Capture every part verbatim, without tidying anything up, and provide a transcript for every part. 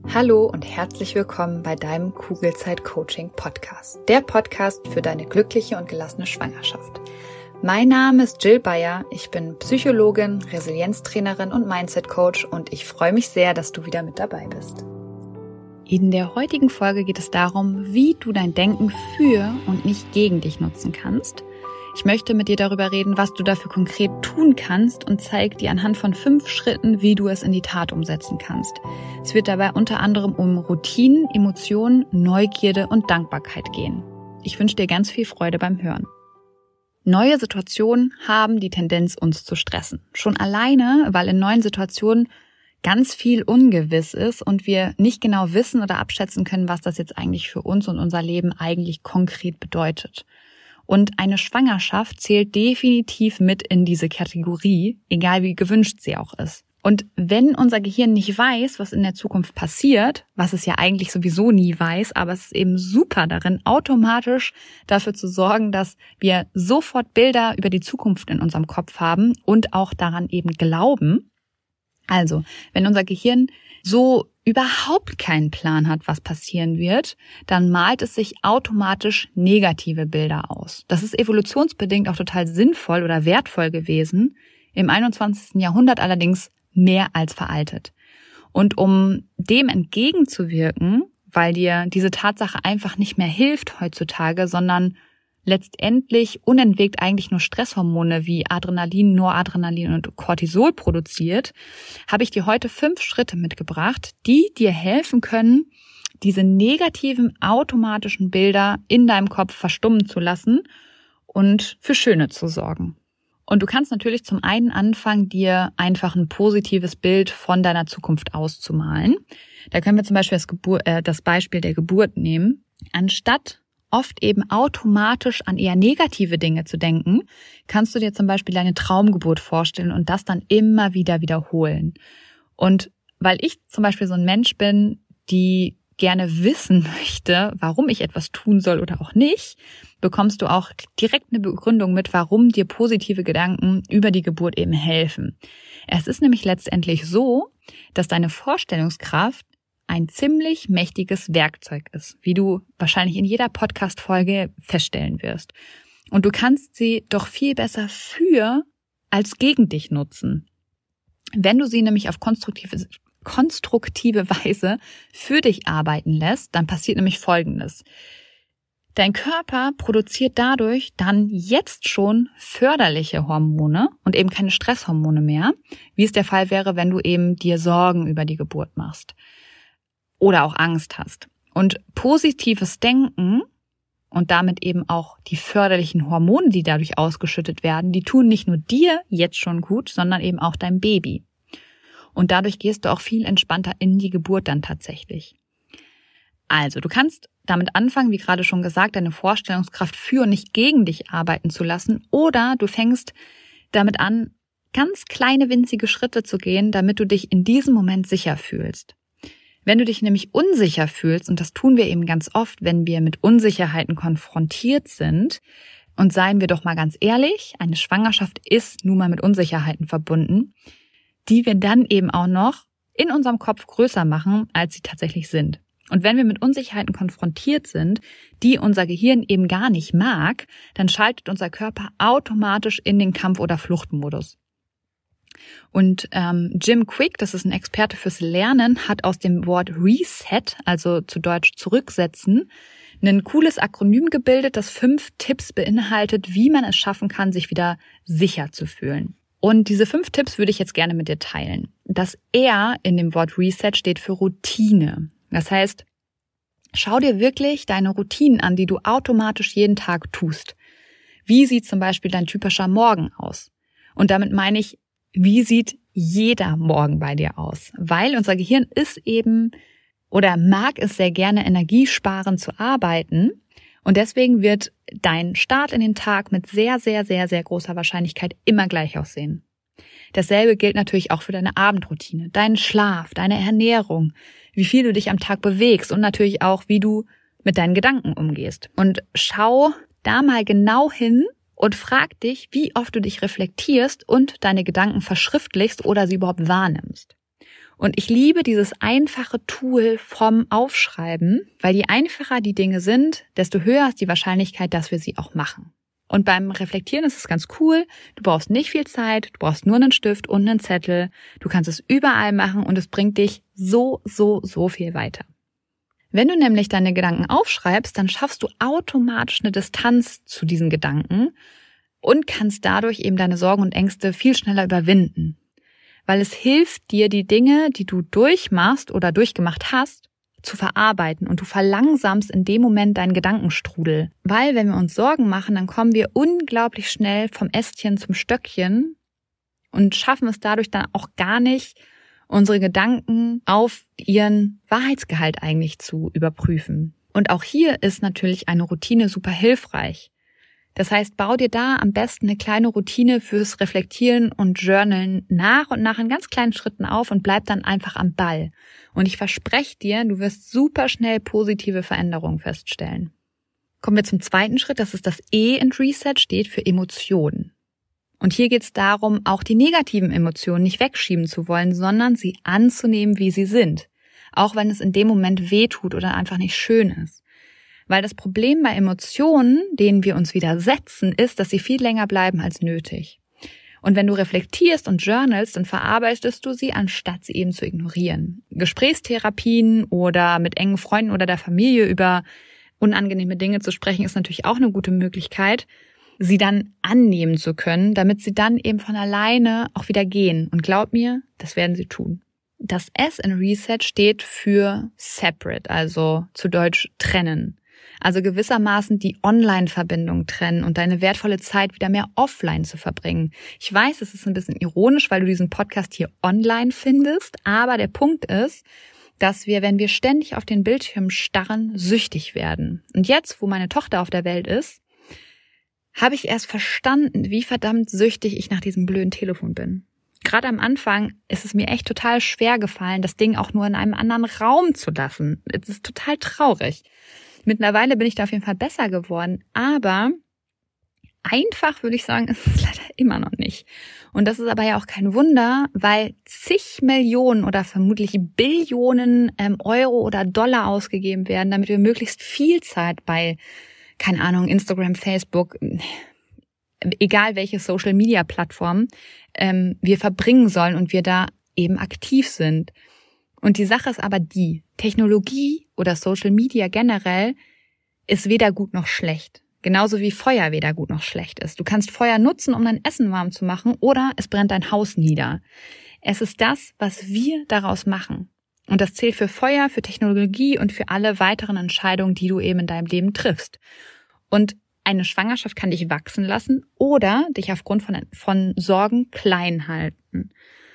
Hallo und herzlich willkommen bei deinem Kugelzeit-Coaching-Podcast, der Podcast für deine glückliche und gelassene Schwangerschaft. Mein Name ist Jill Bayer, ich bin Psychologin, Resilienztrainerin und Mindset-Coach und ich freue mich sehr, dass du wieder mit dabei bist. In der heutigen Folge geht es darum, wie du dein Denken für und nicht gegen dich nutzen kannst. Ich möchte mit dir darüber reden, was du dafür konkret tun kannst und zeige dir anhand von fünf Schritten, wie du es in die Tat umsetzen kannst. Es wird dabei unter anderem um Routinen, Emotionen, Neugierde und Dankbarkeit gehen. Ich wünsche dir ganz viel Freude beim Hören. Neue Situationen haben die Tendenz, uns zu stressen. Schon alleine, weil in neuen Situationen ganz viel ungewiss ist und wir nicht genau wissen oder abschätzen können, was das jetzt eigentlich für uns und unser Leben eigentlich konkret bedeutet. Und eine Schwangerschaft zählt definitiv mit in diese Kategorie, egal wie gewünscht sie auch ist. Und wenn unser Gehirn nicht weiß, was in der Zukunft passiert, was es ja eigentlich sowieso nie weiß, aber es ist eben super darin, automatisch dafür zu sorgen, dass wir sofort Bilder über die Zukunft in unserem Kopf haben und auch daran eben glauben. Also, wenn unser Gehirn so überhaupt keinen Plan hat, was passieren wird, dann malt es sich automatisch negative Bilder aus. Das ist evolutionsbedingt auch total sinnvoll oder wertvoll gewesen, im einundzwanzigsten Jahrhundert allerdings mehr als veraltet. Und um dem entgegenzuwirken, weil dir diese Tatsache einfach nicht mehr hilft heutzutage, sondern letztendlich unentwegt eigentlich nur Stresshormone wie Adrenalin, Noradrenalin und Cortisol produziert, habe ich dir heute fünf Schritte mitgebracht, die dir helfen können, diese negativen automatischen Bilder in deinem Kopf verstummen zu lassen und für schöne zu sorgen. Und du kannst natürlich zum einen anfangen, dir einfach ein positives Bild von deiner Zukunft auszumalen. Da können wir zum Beispiel das, Gebur- äh, das Beispiel der Geburt nehmen. Anstatt oft eben automatisch an eher negative Dinge zu denken, kannst du dir zum Beispiel deine Traumgeburt vorstellen und das dann immer wieder wiederholen. Und weil ich zum Beispiel so ein Mensch bin, die gerne wissen möchte, warum ich etwas tun soll oder auch nicht, bekommst du auch direkt eine Begründung mit, warum dir positive Gedanken über die Geburt eben helfen. Es ist nämlich letztendlich so, dass deine Vorstellungskraft ein ziemlich mächtiges Werkzeug ist, wie du wahrscheinlich in jeder Podcast-Folge feststellen wirst. Und du kannst sie doch viel besser für als gegen dich nutzen. Wenn du sie nämlich auf konstruktive, konstruktive Weise für dich arbeiten lässt, dann passiert nämlich Folgendes. Dein Körper produziert dadurch dann jetzt schon förderliche Hormone und eben keine Stresshormone mehr, wie es der Fall wäre, wenn du eben dir Sorgen über die Geburt machst oder auch Angst hast. Und positives Denken und damit eben auch die förderlichen Hormone, die dadurch ausgeschüttet werden, die tun nicht nur dir jetzt schon gut, sondern eben auch deinem Baby. Und dadurch gehst du auch viel entspannter in die Geburt dann tatsächlich. Also, du kannst damit anfangen, wie gerade schon gesagt, deine Vorstellungskraft für und nicht gegen dich arbeiten zu lassen, oder du fängst damit an, ganz kleine winzige Schritte zu gehen, damit du dich in diesem Moment sicher fühlst. Wenn du dich nämlich unsicher fühlst, und das tun wir eben ganz oft, wenn wir mit Unsicherheiten konfrontiert sind, und seien wir doch mal ganz ehrlich, eine Schwangerschaft ist nun mal mit Unsicherheiten verbunden, die wir dann eben auch noch in unserem Kopf größer machen, als sie tatsächlich sind. Und wenn wir mit Unsicherheiten konfrontiert sind, die unser Gehirn eben gar nicht mag, dann schaltet unser Körper automatisch in den Kampf- oder Fluchtmodus. Und ähm, Jim Kwik, das ist ein Experte fürs Lernen, hat aus dem Wort Reset, also zu Deutsch zurücksetzen, ein cooles Akronym gebildet, das fünf Tipps beinhaltet, wie man es schaffen kann, sich wieder sicher zu fühlen. Und diese fünf Tipps würde ich jetzt gerne mit dir teilen. Das R in dem Wort Reset steht für Routine. Das heißt, schau dir wirklich deine Routinen an, die du automatisch jeden Tag tust. Wie sieht zum Beispiel dein typischer Morgen aus? Und damit meine ich, wie sieht jeder Morgen bei dir aus? Weil unser Gehirn ist eben oder mag es sehr gerne, energiesparend zu arbeiten. Und deswegen wird dein Start in den Tag mit sehr, sehr, sehr, sehr großer Wahrscheinlichkeit immer gleich aussehen. Dasselbe gilt natürlich auch für deine Abendroutine, deinen Schlaf, deine Ernährung, wie viel du dich am Tag bewegst und natürlich auch, wie du mit deinen Gedanken umgehst. Und schau da mal genau hin und frag dich, wie oft du dich reflektierst und deine Gedanken verschriftlichst oder sie überhaupt wahrnimmst. Und ich liebe dieses einfache Tool vom Aufschreiben, weil je einfacher die Dinge sind, desto höher ist die Wahrscheinlichkeit, dass wir sie auch machen. Und beim Reflektieren ist es ganz cool. Du brauchst nicht viel Zeit, du brauchst nur einen Stift und einen Zettel. Du kannst es überall machen und es bringt dich so, so, so viel weiter. Wenn du nämlich deine Gedanken aufschreibst, dann schaffst du automatisch eine Distanz zu diesen Gedanken und kannst dadurch eben deine Sorgen und Ängste viel schneller überwinden. Weil es hilft dir, die Dinge, die du durchmachst oder durchgemacht hast, zu verarbeiten und du verlangsamst in dem Moment deinen Gedankenstrudel. Weil wenn wir uns Sorgen machen, dann kommen wir unglaublich schnell vom Ästchen zum Stöckchen und schaffen es dadurch dann auch gar nicht, unsere Gedanken auf ihren Wahrheitsgehalt eigentlich zu überprüfen. Und auch hier ist natürlich eine Routine super hilfreich. Das heißt, bau dir da am besten eine kleine Routine fürs Reflektieren und Journalen nach und nach in ganz kleinen Schritten auf und bleib dann einfach am Ball. Und ich verspreche dir, du wirst super schnell positive Veränderungen feststellen. Kommen wir zum zweiten Schritt, das ist das E in Reset, steht für Emotionen. Und hier geht es darum, auch die negativen Emotionen nicht wegschieben zu wollen, sondern sie anzunehmen, wie sie sind. Auch wenn es in dem Moment wehtut oder einfach nicht schön ist. Weil das Problem bei Emotionen, denen wir uns widersetzen, ist, dass sie viel länger bleiben als nötig. Und wenn du reflektierst und journalst, dann verarbeitest du sie, anstatt sie eben zu ignorieren. Gesprächstherapien oder mit engen Freunden oder der Familie über unangenehme Dinge zu sprechen, ist natürlich auch eine gute Möglichkeit, sie dann annehmen zu können, damit sie dann eben von alleine auch wieder gehen. Und glaub mir, das werden sie tun. Das S in Reset steht für separate, also zu Deutsch trennen. Also gewissermaßen die Online-Verbindung trennen und deine wertvolle Zeit wieder mehr offline zu verbringen. Ich weiß, es ist ein bisschen ironisch, weil du diesen Podcast hier online findest, aber der Punkt ist, dass wir, wenn wir ständig auf den Bildschirm starren, süchtig werden. Und jetzt, wo meine Tochter auf der Welt ist, habe ich erst verstanden, wie verdammt süchtig ich nach diesem blöden Telefon bin. Gerade am Anfang ist es mir echt total schwer gefallen, das Ding auch nur in einem anderen Raum zu lassen. Es ist total traurig. Mittlerweile bin ich da auf jeden Fall besser geworden, aber einfach würde ich sagen, ist es leider immer noch nicht. Und das ist aber ja auch kein Wunder, weil zig Millionen oder vermutlich Billionen ähm, Euro oder Dollar ausgegeben werden, damit wir möglichst viel Zeit bei, keine Ahnung, Instagram, Facebook, egal welche Social-Media-Plattform ähm, wir verbringen sollen und wir da eben aktiv sind. Und die Sache ist aber die, Technologie oder Social Media generell ist weder gut noch schlecht. Genauso wie Feuer weder gut noch schlecht ist. Du kannst Feuer nutzen, um dein Essen warm zu machen, oder es brennt dein Haus nieder. Es ist das, was wir daraus machen. Und das zählt für Feuer, für Technologie und für alle weiteren Entscheidungen, die du eben in deinem Leben triffst. Und eine Schwangerschaft kann dich wachsen lassen oder dich aufgrund von, von Sorgen klein halten.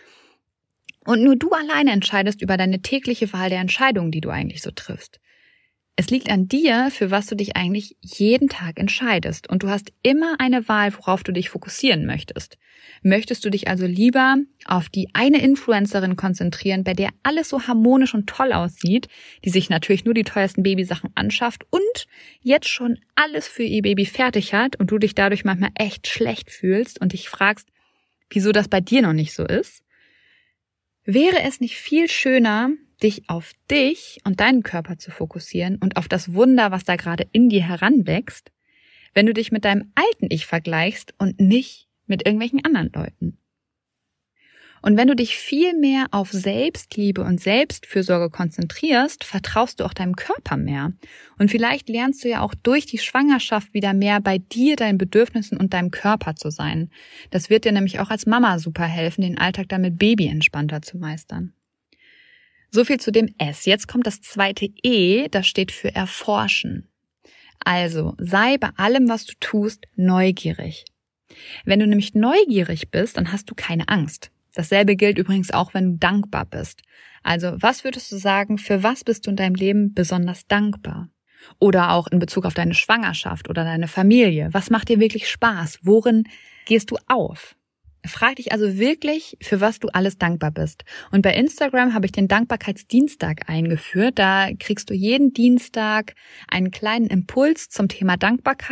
Und nur du alleine entscheidest über deine tägliche Wahl der Entscheidungen, die du eigentlich so triffst. Es liegt an dir, für was du dich eigentlich jeden Tag entscheidest. Und du hast immer eine Wahl, worauf du dich fokussieren möchtest. Möchtest du dich also lieber auf die eine Influencerin konzentrieren, bei der alles so harmonisch und toll aussieht, die sich natürlich nur die teuersten Babysachen anschafft und jetzt schon alles für ihr Baby fertig hat und du dich dadurch manchmal echt schlecht fühlst und dich fragst, wieso das bei dir noch nicht so ist? Wäre es nicht viel schöner, dich auf dich und deinen Körper zu fokussieren und auf das Wunder, was da gerade in dir heranwächst, wenn du dich mit deinem alten Ich vergleichst und nicht mit irgendwelchen anderen Leuten? Und wenn du dich viel mehr auf Selbstliebe und Selbstfürsorge konzentrierst, vertraust du auch deinem Körper mehr. Und vielleicht lernst du ja auch durch die Schwangerschaft wieder mehr bei dir, deinen Bedürfnissen und deinem Körper zu sein. Das wird dir nämlich auch als Mama super helfen, den Alltag dann mit Baby entspannter zu meistern. So viel zu dem S. Jetzt kommt das zweite E, das steht für Erforschen. Also sei bei allem, was du tust, neugierig. Wenn du nämlich neugierig bist, dann hast du keine Angst. Dasselbe gilt übrigens auch, wenn du dankbar bist. Also was würdest du sagen, für was bist du in deinem Leben besonders dankbar? Oder auch in Bezug auf deine Schwangerschaft oder deine Familie. Was macht dir wirklich Spaß? Worin gehst du auf? Frag dich also wirklich, für was du alles dankbar bist. Und bei Instagram habe ich den Dankbarkeitsdienstag eingeführt. Da kriegst du jeden Dienstag einen kleinen Impuls zum Thema Dankbarkeit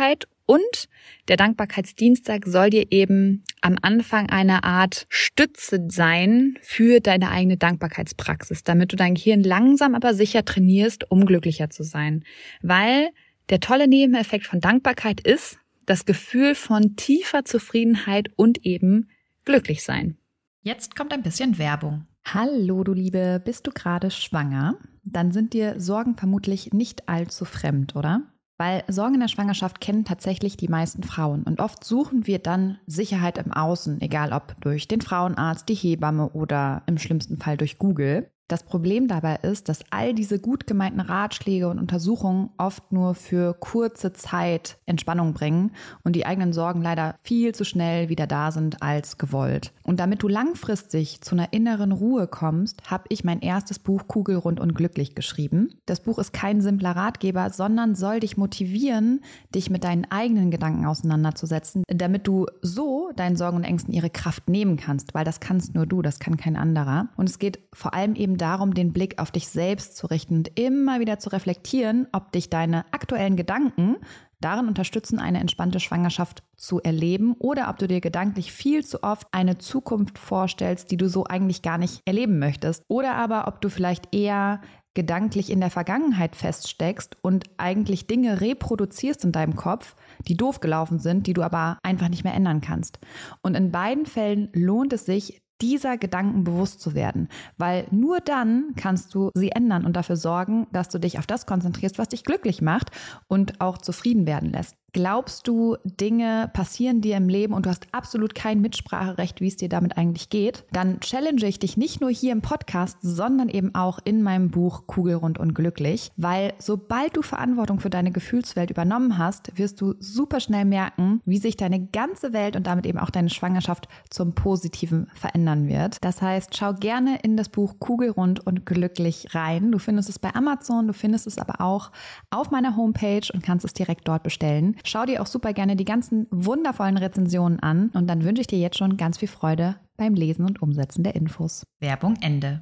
Und der Dankbarkeitsdienstag soll dir eben am Anfang eine Art Stütze sein für deine eigene Dankbarkeitspraxis, damit du dein Gehirn langsam aber sicher trainierst, um glücklicher zu sein. Weil der tolle Nebeneffekt von Dankbarkeit ist das Gefühl von tiefer Zufriedenheit und eben glücklich sein. Jetzt kommt ein bisschen Werbung. Hallo du Liebe, bist du gerade schwanger? Dann sind dir Sorgen vermutlich nicht allzu fremd, oder? Weil Sorgen in der Schwangerschaft kennen tatsächlich die meisten Frauen und oft suchen wir dann Sicherheit im Außen, egal ob durch den Frauenarzt, die Hebamme oder im schlimmsten Fall durch Google. Das Problem dabei ist, dass all diese gut gemeinten Ratschläge und Untersuchungen oft nur für kurze Zeit Entspannung bringen und die eigenen Sorgen leider viel zu schnell wieder da sind als gewollt. Und damit du langfristig zu einer inneren Ruhe kommst, habe ich mein erstes Buch Kugelrund und glücklich geschrieben. Das Buch ist kein simpler Ratgeber, sondern soll dich motivieren, dich mit deinen eigenen Gedanken auseinanderzusetzen, damit du so deinen Sorgen und Ängsten ihre Kraft nehmen kannst, weil das kannst nur du, das kann kein anderer. Und es geht vor allem eben darum, den Blick auf dich selbst zu richten und immer wieder zu reflektieren, ob dich deine aktuellen Gedanken darin unterstützen, eine entspannte Schwangerschaft zu erleben oder ob du dir gedanklich viel zu oft eine Zukunft vorstellst, die du so eigentlich gar nicht erleben möchtest. Oder aber ob du vielleicht eher gedanklich in der Vergangenheit feststeckst und eigentlich Dinge reproduzierst in deinem Kopf, die doof gelaufen sind, die du aber einfach nicht mehr ändern kannst. Und in beiden Fällen lohnt es sich, dieser Gedanken bewusst zu werden, weil nur dann kannst du sie ändern und dafür sorgen, dass du dich auf das konzentrierst, was dich glücklich macht und auch zufrieden werden lässt. Glaubst du, Dinge passieren dir im Leben und du hast absolut kein Mitspracherecht, wie es dir damit eigentlich geht? Dann challenge ich dich nicht nur hier im Podcast, sondern eben auch in meinem Buch Kugelrund und glücklich, weil sobald du Verantwortung für deine Gefühlswelt übernommen hast, wirst du super schnell merken, wie sich deine ganze Welt und damit eben auch deine Schwangerschaft zum Positiven verändern wird. Das heißt, schau gerne in das Buch Kugelrund und glücklich rein. Du findest es bei Amazon, du findest es aber auch auf meiner Homepage und kannst es direkt dort bestellen. Schau dir auch super gerne die ganzen wundervollen Rezensionen an und dann wünsche ich dir jetzt schon ganz viel Freude beim Lesen und Umsetzen der Infos. Werbung Ende.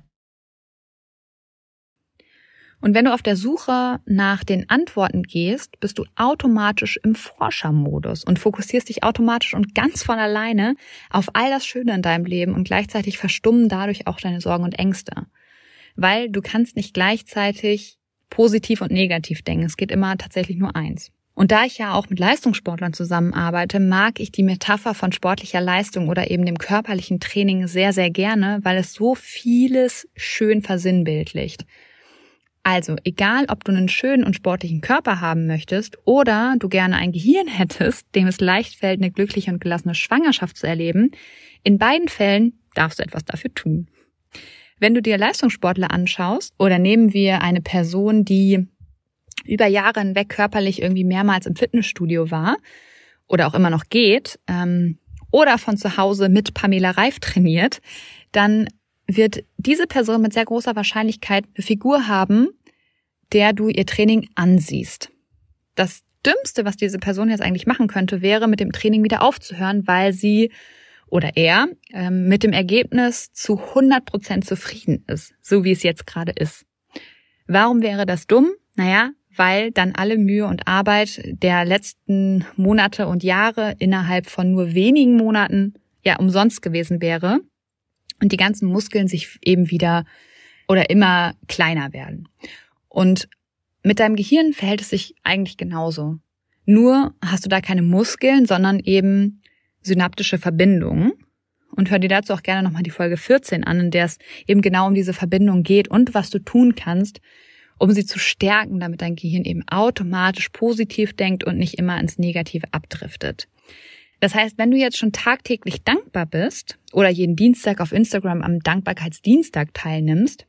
Und wenn du auf der Suche nach den Antworten gehst, bist du automatisch im Forschermodus und fokussierst dich automatisch und ganz von alleine auf all das Schöne in deinem Leben und gleichzeitig verstummen dadurch auch deine Sorgen und Ängste. Weil du kannst nicht gleichzeitig positiv und negativ denken. Es geht immer tatsächlich nur eins. Und da ich ja auch mit Leistungssportlern zusammenarbeite, mag ich die Metapher von sportlicher Leistung oder eben dem körperlichen Training sehr, sehr gerne, weil es so vieles schön versinnbildlicht. Also, egal ob du einen schönen und sportlichen Körper haben möchtest oder du gerne ein Gehirn hättest, dem es leicht fällt, eine glückliche und gelassene Schwangerschaft zu erleben, in beiden Fällen darfst du etwas dafür tun. Wenn du dir Leistungssportler anschaust oder nehmen wir eine Person, die über Jahre hinweg körperlich irgendwie mehrmals im Fitnessstudio war oder auch immer noch geht ähm, oder von zu Hause mit Pamela Reif trainiert, dann wird diese Person mit sehr großer Wahrscheinlichkeit eine Figur haben, der du ihr Training ansiehst. Das Dümmste, was diese Person jetzt eigentlich machen könnte, wäre, mit dem Training wieder aufzuhören, weil sie oder er ähm, mit dem Ergebnis zu hundert Prozent zufrieden ist, so wie es jetzt gerade ist. Warum wäre das dumm? Naja, weil dann alle Mühe und Arbeit der letzten Monate und Jahre innerhalb von nur wenigen Monaten ja umsonst gewesen wäre und die ganzen Muskeln sich eben wieder oder immer kleiner werden. Und mit deinem Gehirn verhält es sich eigentlich genauso. Nur hast du da keine Muskeln, sondern eben synaptische Verbindungen. Und hör dir dazu auch gerne nochmal die Folge vierzehn an, in der es eben genau um diese Verbindung geht und was du tun kannst, um sie zu stärken, damit dein Gehirn eben automatisch positiv denkt und nicht immer ins Negative abdriftet. Das heißt, wenn du jetzt schon tagtäglich dankbar bist oder jeden Dienstag auf Instagram am Dankbarkeitsdienstag teilnimmst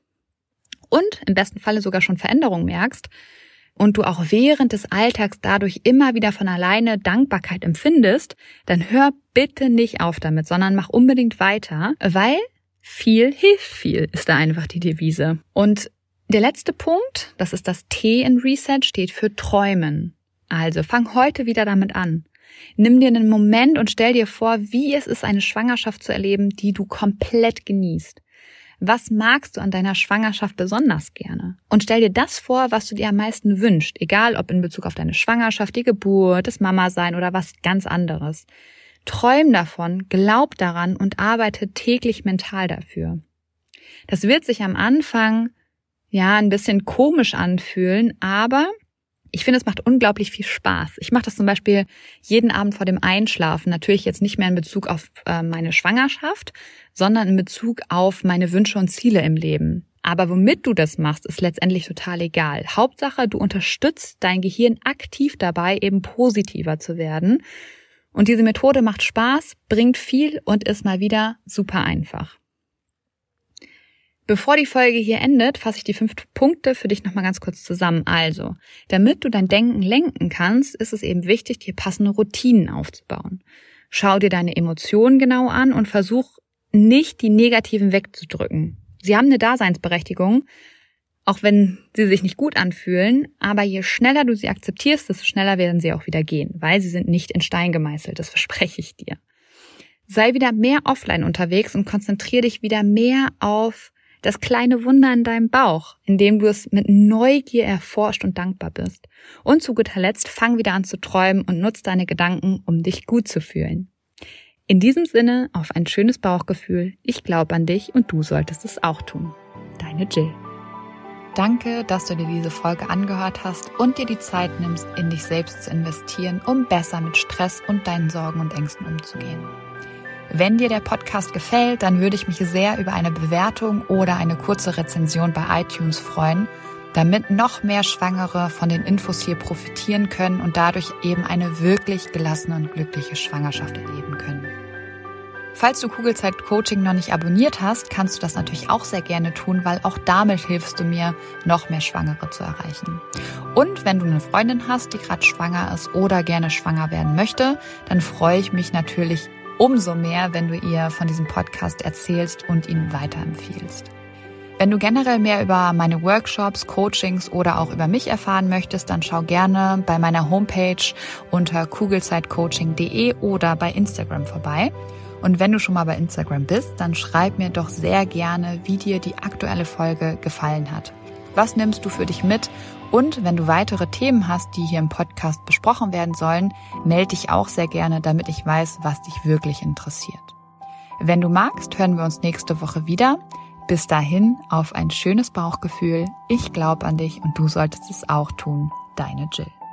und im besten Falle sogar schon Veränderungen merkst und du auch während des Alltags dadurch immer wieder von alleine Dankbarkeit empfindest, dann hör bitte nicht auf damit, sondern mach unbedingt weiter, weil viel hilft viel, ist da einfach die Devise. Und der letzte Punkt, das ist das T in Reset, steht für Träumen. Also fang heute wieder damit an. Nimm dir einen Moment und stell dir vor, wie es ist, eine Schwangerschaft zu erleben, die du komplett genießt. Was magst du an deiner Schwangerschaft besonders gerne? Und stell dir das vor, was du dir am meisten wünschst, egal ob in Bezug auf deine Schwangerschaft, die Geburt, das Mama-Sein oder was ganz anderes. Träum davon, glaub daran und arbeite täglich mental dafür. Das wird sich am Anfang ja ein bisschen komisch anfühlen, aber ich finde, es macht unglaublich viel Spaß. Ich mache das zum Beispiel jeden Abend vor dem Einschlafen. Natürlich jetzt nicht mehr in Bezug auf äh, meine Schwangerschaft, sondern in Bezug auf meine Wünsche und Ziele im Leben. Aber womit du das machst, ist letztendlich total egal. Hauptsache, du unterstützt dein Gehirn aktiv dabei, eben positiver zu werden. Und diese Methode macht Spaß, bringt viel und ist mal wieder super einfach. Bevor die Folge hier endet, fasse ich die fünf Punkte für dich nochmal ganz kurz zusammen. Also, damit du dein Denken lenken kannst, ist es eben wichtig, dir passende Routinen aufzubauen. Schau dir deine Emotionen genau an und versuch nicht, die negativen wegzudrücken. Sie haben eine Daseinsberechtigung, auch wenn sie sich nicht gut anfühlen, aber je schneller du sie akzeptierst, desto schneller werden sie auch wieder gehen, weil sie sind nicht in Stein gemeißelt, das verspreche ich dir. Sei wieder mehr offline unterwegs und konzentriere dich wieder mehr auf das kleine Wunder in deinem Bauch, indem du es mit Neugier erforscht und dankbar bist. Und zu guter Letzt, fang wieder an zu träumen und nutz deine Gedanken, um dich gut zu fühlen. In diesem Sinne, auf ein schönes Bauchgefühl. Ich glaube an dich und du solltest es auch tun. Deine Jill. Danke, dass du dir diese Folge angehört hast und dir die Zeit nimmst, in dich selbst zu investieren, um besser mit Stress und deinen Sorgen und Ängsten umzugehen. Wenn dir der Podcast gefällt, dann würde ich mich sehr über eine Bewertung oder eine kurze Rezension bei iTunes freuen, damit noch mehr Schwangere von den Infos hier profitieren können und dadurch eben eine wirklich gelassene und glückliche Schwangerschaft erleben können. Falls du Kugelzeit-Coaching noch nicht abonniert hast, kannst du das natürlich auch sehr gerne tun, weil auch damit hilfst du mir, noch mehr Schwangere zu erreichen. Und wenn du eine Freundin hast, die gerade schwanger ist oder gerne schwanger werden möchte, dann freue ich mich natürlich umso mehr, wenn du ihr von diesem Podcast erzählst und ihn weiterempfiehlst. Wenn du generell mehr über meine Workshops, Coachings oder auch über mich erfahren möchtest, dann schau gerne bei meiner Homepage unter kugelzeitcoaching punkt de oder bei Instagram vorbei. Und wenn du schon mal bei Instagram bist, dann schreib mir doch sehr gerne, wie dir die aktuelle Folge gefallen hat. Was nimmst du für dich mit? Und wenn du weitere Themen hast, die hier im Podcast besprochen werden sollen, melde dich auch sehr gerne, damit ich weiß, was dich wirklich interessiert. Wenn du magst, hören wir uns nächste Woche wieder. Bis dahin, auf ein schönes Bauchgefühl. Ich glaube an dich und du solltest es auch tun. Deine Jill.